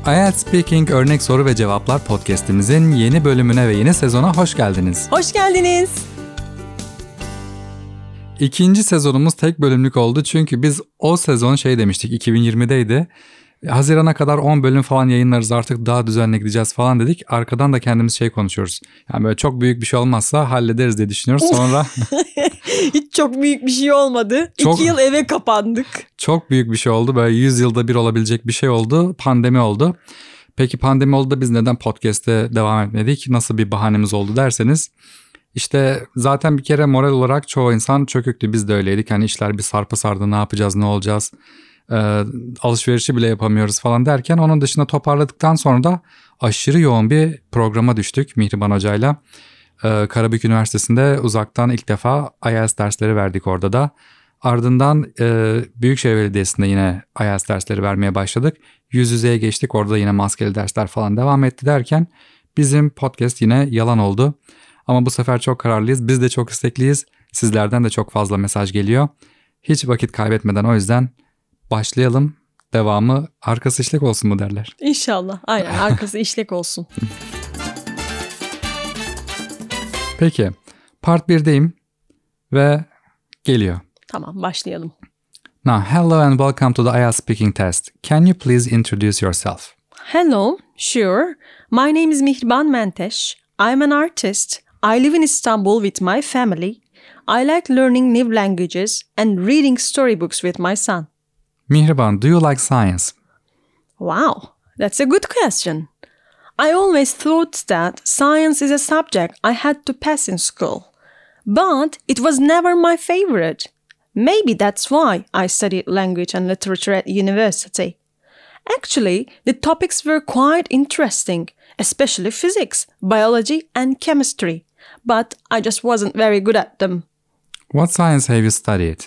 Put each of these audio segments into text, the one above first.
IELTS Speaking Örnek Soru ve Cevaplar podcast'imizin yeni bölümüne ve yeni sezona hoş geldiniz. Hoş geldiniz. İkinci sezonumuz tek bölümlük oldu çünkü biz o sezon demiştik, 2020'deydi. Hazirana kadar 10 bölüm falan yayınlarız, artık daha düzenli gideceğiz falan dedik. Arkadan da kendimiz konuşuyoruz. Yani böyle çok büyük bir şey olmazsa hallederiz diye düşünüyoruz. Sonra hiç çok büyük bir şey olmadı. 2 yıl eve kapandık. Çok büyük bir şey oldu. Böyle 100 yılda bir olabilecek bir şey oldu. Pandemi oldu. Peki pandemi oldu da biz neden podcast'te devam etmedik? Nasıl bir bahanemiz oldu derseniz, İşte zaten bir kere moral olarak çoğu insan çöküktü. Biz de öyleydik. Hani işler bir sarpa sardı, ne yapacağız, ne olacağız? Alışverişi bile yapamıyoruz falan derken, onun dışında toparladıktan sonra da aşırı yoğun bir programa düştük Mihriban Hoca'yla. Karabük Üniversitesi'nde uzaktan ilk defa IELTS dersleri verdik orada da. Ardından Büyükşehir Belediyesi'nde yine IELTS dersleri vermeye başladık. Yüz yüzeye geçtik, orada yine maskeli dersler falan devam etti derken bizim podcast yine yalan oldu. Ama bu sefer çok kararlıyız, biz de çok istekliyiz. Sizlerden de çok fazla mesaj geliyor. Hiç vakit kaybetmeden o yüzden başlayalım. Devamı arkası işlek olsun mu derler. İnşallah. Aynen, arkası işlek olsun. Peki, part 1'deyim ve geliyor. Tamam, başlayalım. Now, hello and welcome to the IELTS speaking test. Can you please introduce yourself? Hello, sure. My name is Mihriban Menteş. I'm an artist. I live in Istanbul with my family. I like learning new languages and reading storybooks with my son. Mihriban, do you like science? Wow, that's a good question. I always thought that science is a subject I had to pass in school, but it was never my favorite. Maybe that's why I studied language and literature at university. Actually, the topics were quite interesting, especially physics, biology, and chemistry, but I just wasn't very good at them. What science have you studied?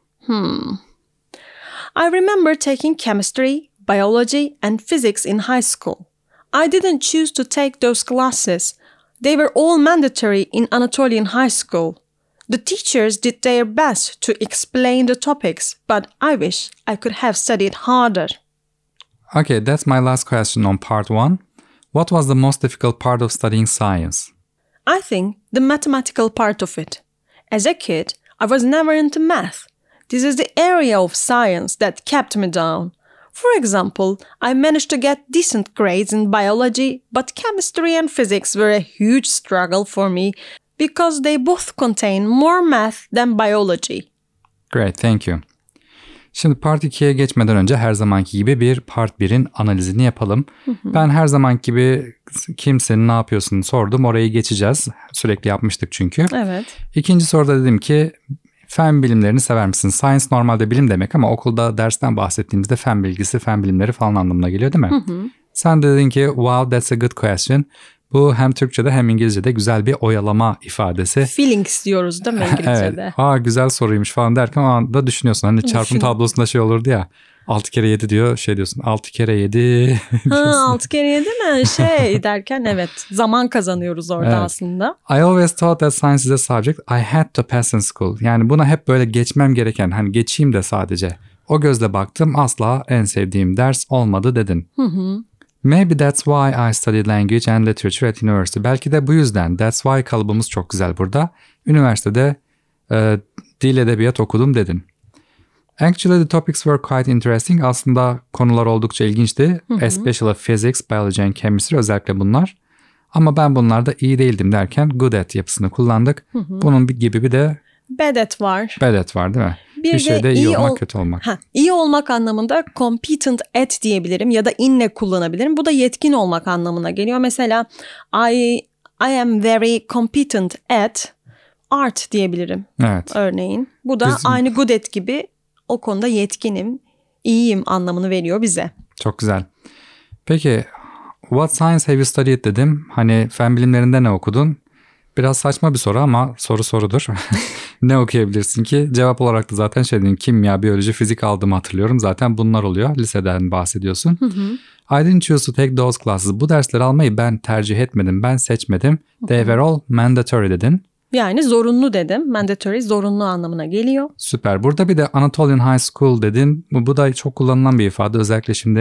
I remember taking chemistry, biology, and physics in high school. I didn't choose to take those classes. They were all mandatory in Anatolian high school. The teachers did their best to explain the topics, but I wish I could have studied harder. Okay, that's my last question on part 1. What was the most difficult part of studying science? I think the mathematical part of it. As a kid, I was never into math. This is the area of science that kept me down. For example, I managed to get decent grades in biology, but chemistry and physics were a huge struggle for me because they both contain more math than biology. Great, thank you. Şimdi part 2'ye geçmeden önce her zamanki gibi bir part 1'in analizini yapalım. Ben her zamanki gibi kimsenin ne yapıyorsun sordum, orayı geçeceğiz. Sürekli yapmıştık çünkü. Evet. İkinci soruda dedim ki fen bilimlerini sever misin? Science normalde bilim demek ama okulda dersten bahsettiğimizde fen bilgisi, fen bilimleri falan anlamına geliyor değil mi? Sen de dedin ki wow, that's a good question. Bu hem Türkçe'de hem İngilizce'de güzel bir oyalama ifadesi. Feelings diyoruz değil mi İngilizce'de? Evet. Güzel soruymuş falan derken o anda düşünüyorsun. Hani çarpım tablosunda olurdu ya. 6 kere 7 diyor, diyorsun 6 kere 7. 6 kere 7 mi? Derken evet, zaman kazanıyoruz orada aslında. I always thought that science is a subject I had to pass in school. Yani buna hep böyle geçmem gereken, hani geçeyim de sadece. O gözle baktım, asla en sevdiğim ders olmadı dedin. Maybe that's why I studied language and literature at university. Belki de bu yüzden. That's why kalıbımız çok güzel burada. Üniversitede dil edebiyat okudum dedin. Actually the topics were quite interesting. Aslında konular oldukça ilginçti. Especially physics, biology and chemistry, özellikle bunlar. Ama ben bunlarda iyi değildim derken good at yapısını kullandık. Bunun gibi bir de bad at var. Bad at var değil mi? Bir şeyde iyi olmak, kötü olmak. İyi olmak anlamında competent at diyebilirim ya da inle kullanabilirim. Bu da yetkin olmak anlamına geliyor. Mesela I am very competent at art diyebilirim. Evet. Örneğin. Bu da aynı good at gibi o konuda yetkinim, iyiyim anlamını veriyor bize. Çok güzel. Peki what science have you studied dedim. Hani fen bilimlerinde ne okudun? Biraz saçma bir soru ama soru sorudur. Ne okuyabilirsin ki? Cevap olarak da zaten dedin, kimya, biyoloji, fizik aldığımı hatırlıyorum. Zaten bunlar oluyor. Liseden bahsediyorsun. I didn't choose to take those classes. Bu dersleri almayı ben tercih etmedim. Ben seçmedim. They were all mandatory dedin. Yani zorunlu dedim. Mandatory zorunlu anlamına geliyor. Süper. Burada bir de Anatolian High School dedin. Bu da çok kullanılan bir ifade. Özellikle şimdi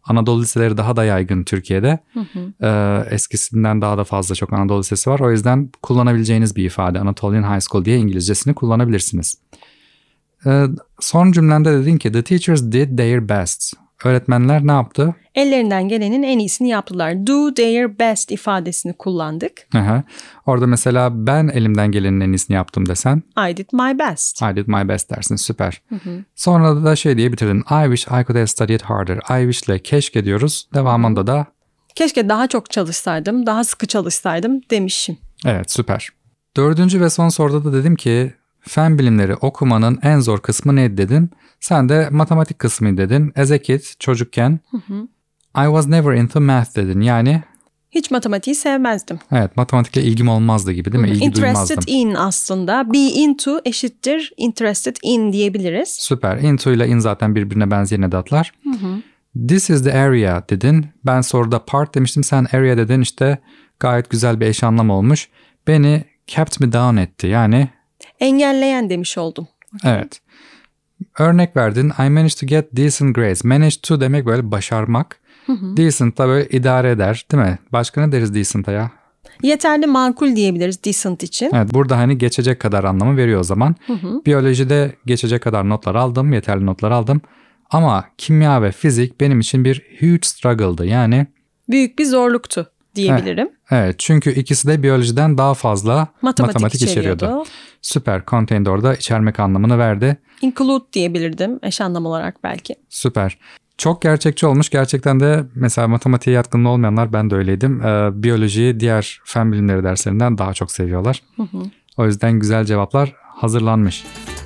Anadolu liseleri daha da yaygın Türkiye'de. Eskisinden daha da fazla çok Anadolu lisesi var. O yüzden kullanabileceğiniz bir ifade. Anatolian High School diye İngilizcesini kullanabilirsiniz. Son cümlende dedin ki the teachers did their best. Öğretmenler ne yaptı? Ellerinden gelenin en iyisini yaptılar. Do their best ifadesini kullandık. Orada mesela ben elimden gelenin en iyisini yaptım desen. I did my best. I did my best dersin, süper. Sonra da şey diye bitirdin. I wish I could have studied harder. I wish ile keşke diyoruz. Devamında da keşke daha çok çalışsaydım, daha sıkı çalışsaydım demişim. Evet, süper. 4. ve son soruda da dedim ki fen bilimleri okumanın en zor kısmı neydi dedim. Sen de matematik kısmı dedin. As a kid, çocukken I was never into math dedin. Yani hiç matematiği sevmezdim. evet, matematikle ilgim olmazdı gibi değil mi? İlgi interested duymazdım. in aslında. Be into eşittir interested in diyebiliriz. Süper. Into ile in zaten birbirine benzeyen edatlar. This is the area dedin. Ben soruda part demiştim. Sen area dedin. İşte gayet güzel bir eş anlam olmuş. Beni kept me down etti. Yani engelleyen demiş oldum. Evet. Örnek verdin. I managed to get decent grades. Managed to demek böyle başarmak. Decent da böyle idare eder değil mi? Başka ne deriz decent'a ya? Yeterli makul diyebiliriz decent için. Evet, burada hani geçecek kadar anlamı veriyor o zaman. Biyolojide geçecek kadar notlar aldım. Yeterli notlar aldım. Ama kimya ve fizik benim için bir huge struggle'dı. Yani büyük bir zorluktu diyebilirim. Evet, çünkü ikisi de biyolojiden daha fazla matematik içeriyordu. Süper, contained orada içermek anlamını verdi. Include diyebilirdim eş anlam olarak belki. Süper. Çok gerçekçi olmuş. Gerçekten de mesela matematiğe yatkın olmayanlar, ben de öyleydim. Biyolojiyi diğer fen bilimleri derslerinden daha çok seviyorlar. O yüzden güzel cevaplar hazırlanmış.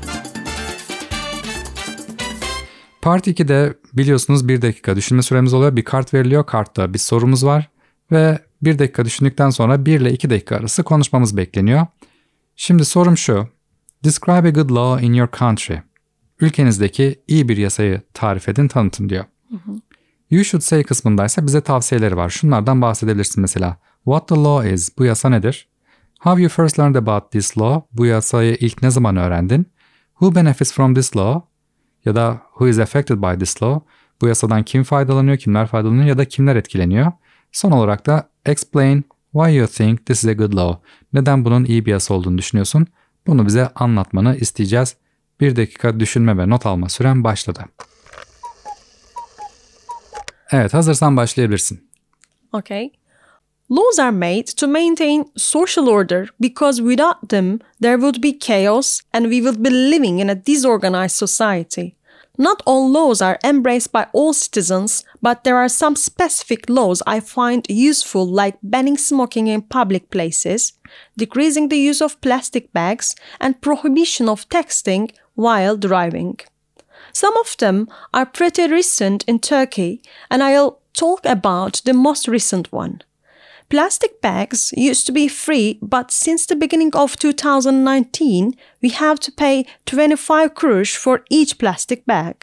Part 2'de biliyorsunuz 1 dakika düşünme süremiz oluyor. Bir kart veriliyor. Kartta bir sorumuz var. Ve 1 dakika düşündükten sonra 1 ile 2 dakika arası konuşmamız bekleniyor. Şimdi sorum şu. Describe a good law in your country. Ülkenizdeki iyi bir yasayı tarif edin, tanıtın diyor. You should say kısmındaysa bize tavsiyeleri var. Şunlardan bahsedebilirsin mesela. What the law is? Bu yasa nedir? How you first learned about this law? Bu yasayı ilk ne zaman öğrendin? Who benefits from this law? Ya da who is affected by this law? Bu yasadan kim faydalanıyor, kimler faydalanıyor ya da kimler etkileniyor? Son olarak da explain why you think this is a good law. Neden bunun iyi bir yasa olduğunu düşünüyorsun? Bunu bize anlatmanı isteyeceğiz. 1 dakika düşünme ve not alma süren başladı. Evet, hazırsan başlayabilirsin. Okay. Laws are made to maintain social order because without them there would be chaos and we would be living in a disorganized society. Not all laws are embraced by all citizens, but there are some specific laws I find useful, like banning smoking in public places, decreasing the use of plastic bags, and prohibition of texting while driving. Some of them are pretty recent in Turkey, and I'll talk about the most recent one. Plastic bags used to be free, but since the beginning of 2019, we have to pay 25 kurush for each plastic bag.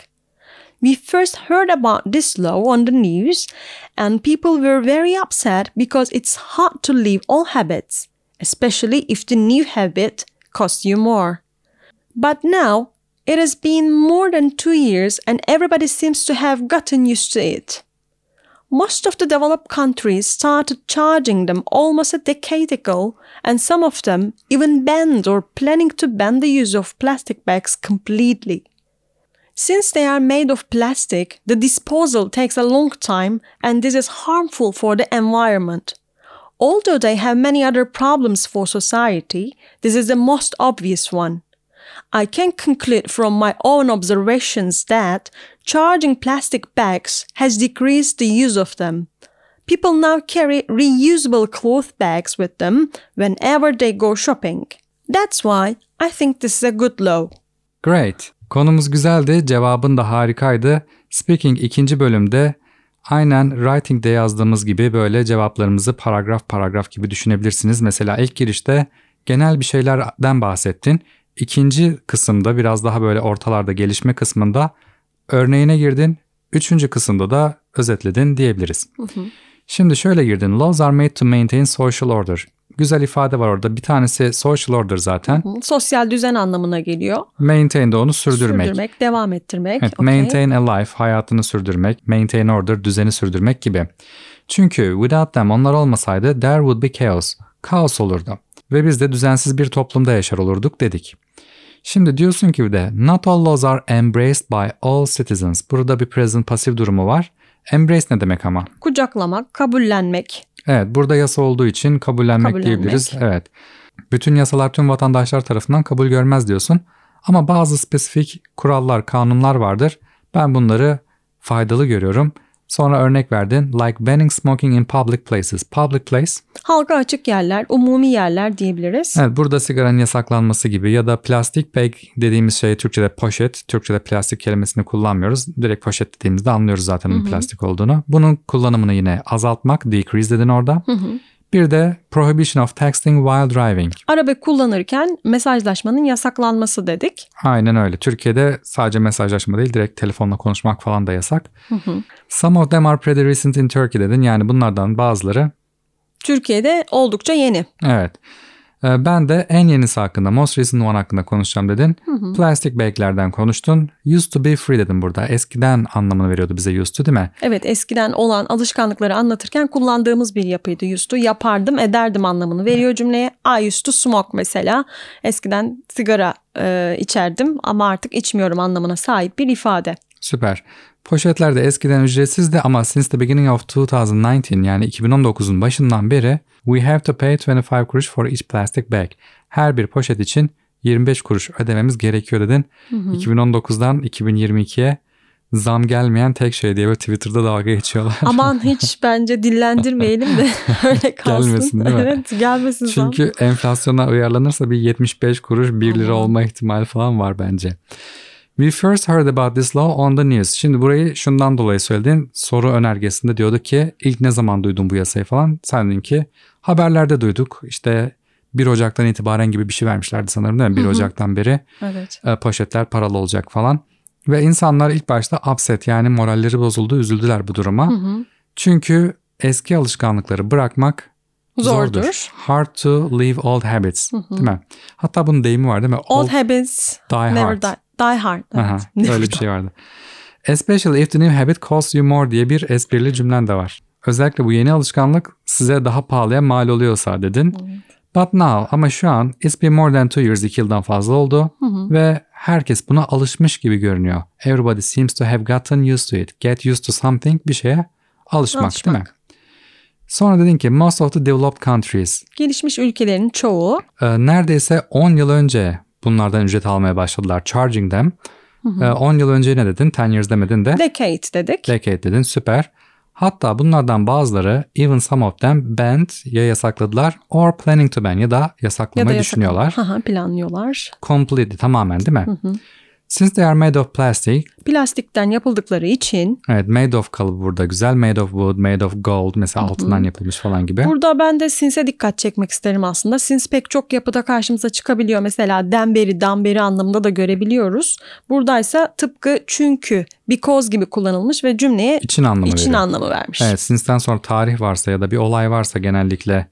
We first heard about this law on the news, and people were very upset because it's hard to leave old habits, especially if the new habit costs you more. But now, it has been more than 2 years and everybody seems to have gotten used to it. Most of the developed countries started charging them almost a decade ago, and some of them even banned or planning to ban the use of plastic bags completely. Since they are made of plastic, the disposal takes a long time, and this is harmful for the environment. Although they have many other problems for society, this is the most obvious one. I can conclude from my own observations that charging plastic bags has decreased the use of them. People now carry reusable cloth bags with them whenever they go shopping. That's why I think this is a good law. Great. Konumuz güzeldi, cevabın da harikaydı. Speaking 2. bölümde aynen writing'de yazdığımız gibi böyle cevaplarımızı paragraf paragraf gibi düşünebilirsiniz. Mesela ilk girişte genel bir şeylerden bahsettin. İkinci kısımda biraz daha böyle ortalarda gelişme kısmında örneğine girdin. 3. kısımda da özetledin diyebiliriz. Şimdi şöyle girdin. Laws are made to maintain social order. güzel ifade var orada. Bir tanesi social order zaten. Sosyal düzen anlamına geliyor. Maintain de onu sürdürmek. Sürdürmek, devam ettirmek. Evet, Okay. maintain a life, hayatını sürdürmek. Maintain order, düzeni sürdürmek gibi. Çünkü without them, onlar olmasaydı there would be chaos. Kaos olurdu. Ve biz de düzensiz bir toplumda yaşar olurduk dedik. Şimdi diyorsun ki bir de not all laws are embraced by all citizens. Burada bir present pasif durumu var. Embrace ne demek ama? Kucaklamak, kabullenmek. Evet, burada yasa olduğu için kabullenmek diyebiliriz. Evet. Bütün yasalar tüm vatandaşlar tarafından kabul görmez diyorsun. Ama bazı spesifik kurallar, kanunlar vardır. Ben bunları faydalı görüyorum. Sonra örnek verdin. Like banning smoking in public places. Public place. Halka açık yerler, umumi yerler diyebiliriz. Evet, burada sigaranın yasaklanması gibi ya da plastik bag dediğimiz şey Türkçe'de poşet. Türkçe'de plastik kelimesini kullanmıyoruz. Direkt poşet dediğimizde anlıyoruz zaten onun plastik olduğunu. Bunun kullanımını yine azaltmak. Decrease dedin orada. Bir de prohibition of texting while driving. Araba kullanırken mesajlaşmanın yasaklanması dedik. Aynen öyle. Türkiye'de sadece mesajlaşma değil, direkt telefonla konuşmak falan da yasak. Some of them are pretty recent in Turkey dedin. Yani bunlardan bazıları Türkiye'de oldukça yeni. evet. Ben de en yenisi hakkında, most recent one hakkında konuşacağım dedin. Plastic bag'lerden konuştun. Used to be free dedin burada. Eskiden anlamını veriyordu bize used to, değil mi? Evet, eskiden olan alışkanlıkları anlatırken kullandığımız bir yapıydı used to. Yapardım, ederdim anlamını veriyor cümleye. I used to smoke mesela. Eskiden sigara içerdim ama artık içmiyorum anlamına sahip bir ifade. Süper. Poşetler de eskiden ücretsizdi ama since the beginning of 2019 yani 2019'un başından beri we have to pay 25 kuruş for each plastic bag. Her bir poşet için 25 kuruş ödememiz gerekiyor dedin. 2019'dan 2022'ye zam gelmeyen tek şey diye böyle Twitter'da dalga geçiyorlar. Aman hiç bence dillendirmeyelim de öyle kalsın. Gelmesin değil mi? Evet, gelmesin zam. Çünkü enflasyona uyarlanırsa bir 75 kuruş 1 lira olma ihtimali falan var bence. We first heard about this law on the news. Şimdi burayı şundan dolayı söyledin. Soru önergesinde diyordu ki ilk ne zaman duydun bu yasayı falan? Sen dedin ki haberlerde duyduk. İşte 1 Ocak'tan itibaren gibi bir şey vermişlerdi sanırım değil mi? 1 Ocak'tan beri poşetler paralı olacak falan. Ve insanlar ilk başta upset yani moralleri bozuldu, üzüldüler bu duruma. Çünkü eski alışkanlıkları bırakmak zordur. Hard to leave old habits. Değil mi? Hatta bunun deyimi var değil mi? Old habits die never hard. die hard. Evet. Aha, öyle bir şey vardı. Especially if the new habit costs you more diye bir esprili cümlen de var. Özellikle bu yeni alışkanlık size daha pahalıya mal oluyorsa dedin. But now, ama şu an it's been more than 2 years, 2 yıldan fazla oldu ve herkes buna alışmış gibi görünüyor. Everybody seems to have gotten used to it. Get used to something, bir şeye alışmak. Değil mi? Sonra dedin ki most of the developed countries. Gelişmiş ülkelerin çoğu. Neredeyse 10 yıl önce bunlardan ücret almaya başladılar. Charging them. 10 yıl önce ne dedin? 10 years demedin de. Decade dedik. Decade dedin, süper. Hatta bunlardan bazıları even some of them banned ya yasakladılar or planning to ban ya da yasaklamayı düşünüyorlar. Planlıyorlar. Completely, tamamen değil mi? Since they are made of plastic. Plastikten yapıldıkları için. Evet, made of kalıbı burada güzel. Made of wood, made of gold mesela altından yapılmış falan gibi. Burada ben de since'e dikkat çekmek isterim aslında. Since pek çok yapıda karşımıza çıkabiliyor. Mesela denberi, damberi anlamında da görebiliyoruz. Buradaysa tıpkı çünkü, because gibi kullanılmış ve cümleye için anlamı vermiş. Evet, since'ten sonra tarih varsa ya da bir olay varsa genellikle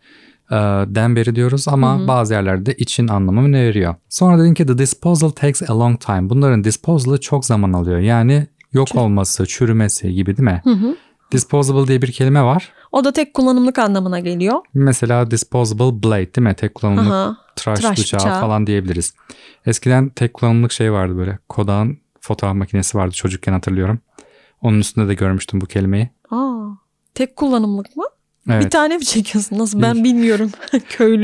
denberi diyoruz ama bazı yerlerde için anlamını veriyor. Sonra dedin ki the disposal takes a long time. Bunların disposal'ı çok zaman alıyor. Yani yok olması, çürümesi gibi değil mi? Disposable diye bir kelime var. O da tek kullanımlık anlamına geliyor. Mesela disposable blade değil mi? Tek kullanımlık tıraş bıçağı falan diyebiliriz. Eskiden tek kullanımlık şey vardı böyle. Kodak'ın fotoğraf makinesi vardı çocukken hatırlıyorum. Onun üstünde de görmüştüm bu kelimeyi. Tek kullanımlık mı? Evet. Bir tane mi çekiyorsun? Nasıl? Ben bilmiyorum. Köylü.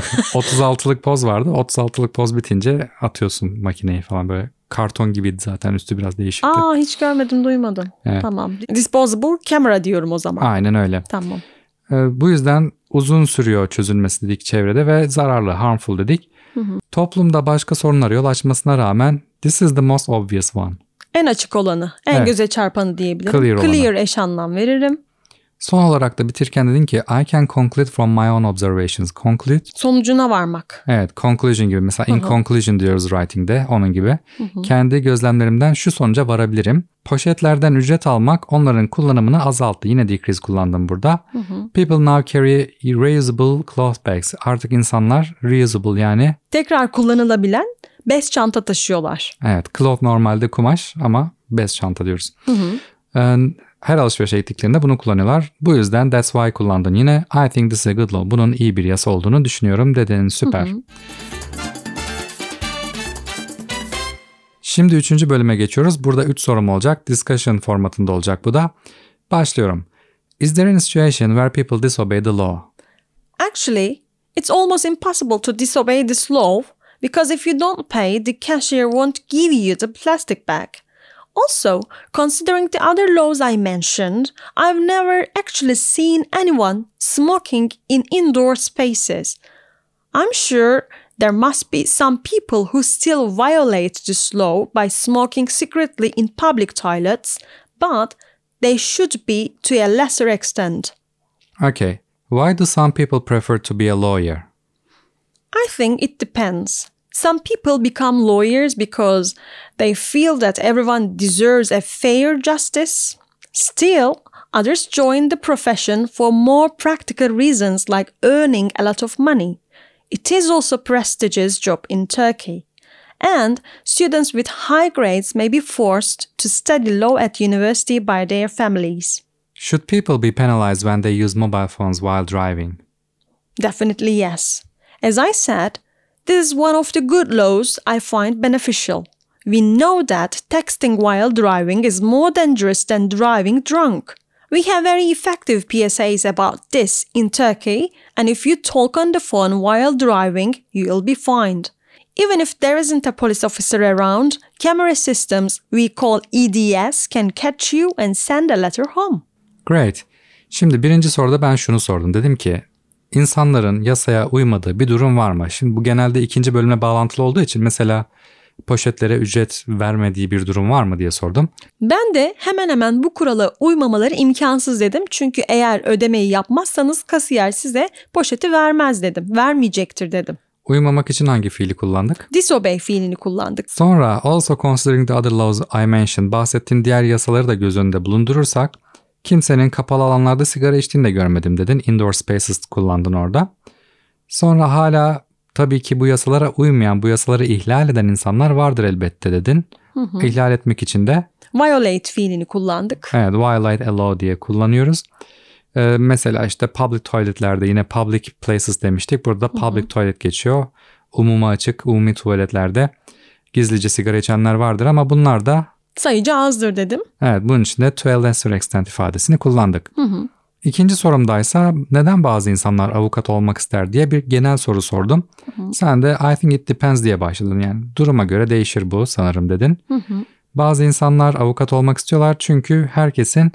36'lık poz vardı. 36'lık poz bitince atıyorsun makineyi falan böyle. Karton gibiydi zaten. Üstü biraz değişikti. Hiç görmedim, duymadım. Evet. Tamam. Disposable camera diyorum o zaman. Aynen öyle. Tamam. Bu yüzden uzun sürüyor çözülmesi dedik çevrede ve zararlı, harmful dedik. Toplumda başka sorunlara yol açmasına rağmen this is the most obvious one. En açık olanı, en göze çarpanı diyebilirim. Clear eş anlam veririm. Son olarak da bitirken dedin ki I can conclude from my own observations. Conclude? Sonucuna varmak. Evet, conclusion gibi. Mesela in conclusion diyoruz writing'de, onun gibi. Kendi gözlemlerimden şu sonuca varabilirim. Poşetlerden ücret almak onların kullanımını azalttı. Yine decrease kullandım burada. People now carry reusable cloth bags. Artık insanlar reusable yani. Tekrar kullanılabilen bez çanta taşıyorlar. Evet, cloth normalde kumaş ama bez çanta diyoruz. Her alışverişe gittiklerinde bunu kullanıyorlar. Bu yüzden that's why kullandın yine. I think this is a good law. Bunun iyi bir yasa olduğunu düşünüyorum dedin. Süper. Şimdi 3. bölüme geçiyoruz. Burada 3 sorum olacak. Discussion formatında olacak bu da. Başlıyorum. Is there a situation where people disobey the law? Actually, it's almost impossible to disobey this law because if you don't pay, the cashier won't give you the plastic bag. Also, considering the other laws I mentioned, I've never actually seen anyone smoking in indoor spaces. I'm sure there must be some people who still violate this law by smoking secretly in public toilets, but they should be to a lesser extent. Okay. Why do some people prefer to be a lawyer? I think it depends. Some people become lawyers because they feel that everyone deserves a fair justice. Still, others join the profession for more practical reasons like earning a lot of money. It is also a prestigious job in Turkey. And students with high grades may be forced to study law at university by their families. Should people be penalized when they use mobile phones while driving? Definitely yes. As I said, this is one of the good laws I find beneficial. We know that texting while driving is more dangerous than driving drunk. We have very effective PSAs about this in Turkey, and if you talk on the phone while driving, you'll be fined. Even if there isn't a police officer around, camera systems we call EDS can catch you and send a letter home. Great. Şimdi 1. soruda ben şunu sordum. Dedim ki insanların yasaya uymadığı bir durum var mı? Şimdi bu genelde 2. bölüme bağlantılı olduğu için mesela poşetlere ücret vermediği bir durum var mı diye sordum. Ben de hemen hemen bu kurala uymamaları imkansız dedim. Çünkü eğer ödemeyi yapmazsanız kasiyer size poşeti vermez dedim. Vermeyecektir dedim. Uymamak için hangi fiili kullandık? Disobey fiilini kullandık. Sonra also considering the other laws I mentioned, bahsettiğin diğer yasaları da göz önünde bulundurursak kimsenin kapalı alanlarda sigara içtiğini de görmedim dedin. Indoor spaces kullandın orada. Sonra hala tabii ki bu yasalara uymayan, bu yasaları ihlal eden insanlar vardır elbette dedin. İhlal etmek için de Violate fiilini kullandık. evet, violate a law diye kullanıyoruz. Mesela işte public toiletlerde yine public places demiştik. Burada public toilet geçiyor. Umuma açık, umumi tuvaletlerde gizlice sigara içenler vardır ama bunlar da sayıca azdır dedim. evet, bunun için de to a lesser extent ifadesini kullandık. 2. sorumdaysa neden bazı insanlar avukat olmak ister diye bir genel soru sordum. Sen de I think it depends diye başladın. Yani duruma göre değişir bu sanırım dedin. Bazı insanlar avukat olmak istiyorlar çünkü herkesin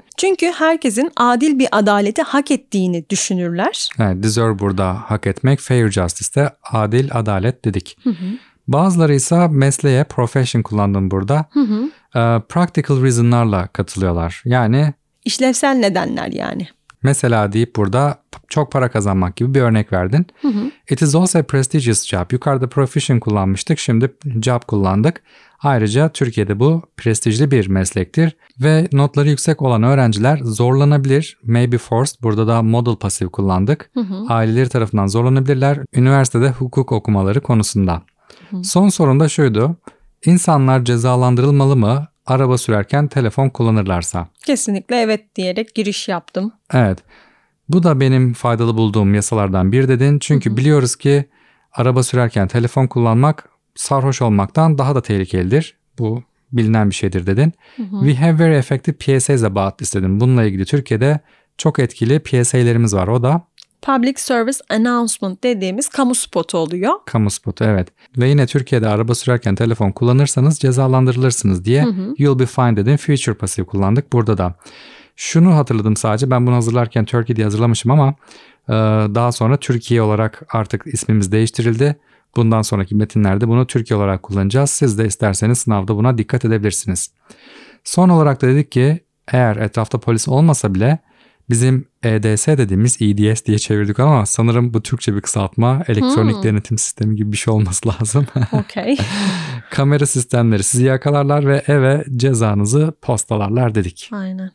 adil bir adaleti hak ettiğini düşünürler. evet, deserve burada hak etmek, fair justice'te adil adalet dedik. Bazıları ise mesleğe profession kullandım burada. Practical reason'larla katılıyorlar. Yani işlevsel nedenler yani. Mesela deyip burada çok para kazanmak gibi bir örnek verdin. It is also a prestigious job. Yukarıda profession kullanmıştık. Şimdi job kullandık. Ayrıca Türkiye'de bu prestijli bir meslektir. Ve notları yüksek olan öğrenciler zorlanabilir. May be forced. Burada da modal pasif kullandık. Aileleri tarafından zorlanabilirler. Üniversitede hukuk okumaları konusunda. Son sorum da şuydu. İnsanlar cezalandırılmalı mı? Araba sürerken telefon kullanırlarsa. Kesinlikle evet diyerek giriş yaptım. Evet. Bu da benim faydalı bulduğum yasalardan bir dedin. Çünkü biliyoruz ki araba sürerken telefon kullanmak sarhoş olmaktan daha da tehlikelidir. Bu bilinen bir şeydir dedin. We have very effective PSAs about this dedim. Bununla ilgili Türkiye'de çok etkili PSA'lerimiz var. O da Public Service Announcement dediğimiz kamu spotu oluyor. Kamu spotu, evet. Ve yine Türkiye'de araba sürerken telefon kullanırsanız cezalandırılırsınız diye you'll be fined dedin. Future pasif kullandık burada da. Şunu hatırladım sadece, ben bunu hazırlarken Turkey diye hazırlamışım ama daha sonra Türkiye olarak artık ismimiz değiştirildi. Bundan sonraki metinlerde bunu Türkiye olarak kullanacağız. Siz de isterseniz sınavda buna dikkat edebilirsiniz. Son olarak da dedik ki eğer etrafta polis olmasa bile Bizim EDS dediğimiz EDS diye çevirdik ama sanırım bu Türkçe bir kısaltma. Elektronik denetim sistemi gibi bir şey olması lazım. Okay. Kamera sistemleri sizi yakalarlar ve eve cezanızı postalarlar dedik. Aynen.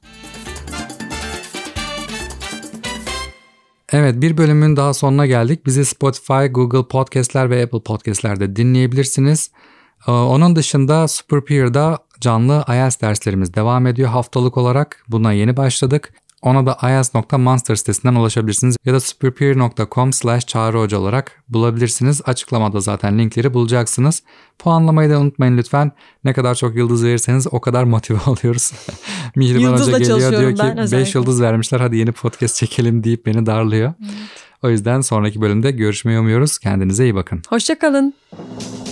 Evet, bir bölümün daha sonuna geldik. Bizi Spotify, Google Podcast'ler ve Apple Podcast'lerde dinleyebilirsiniz. Onun dışında Superpeer'da canlı IELTS derslerimiz devam ediyor haftalık olarak. Buna yeni başladık. Ona da ielts.monster sitesinden ulaşabilirsiniz ya da superpeer.com/çağrıhoca olarak bulabilirsiniz. Açıklamada zaten linkleri bulacaksınız. Puanlamayı da unutmayın lütfen. Ne kadar çok yıldız verirseniz o kadar motive oluyoruz. Mihriban Hoca geliyor diyor ki 5 yıldız vermişler, hadi yeni podcast çekelim deyip beni darlıyor. Evet. O yüzden sonraki bölümde görüşmeyi umuyoruz. Kendinize iyi bakın. Hoşça kalın.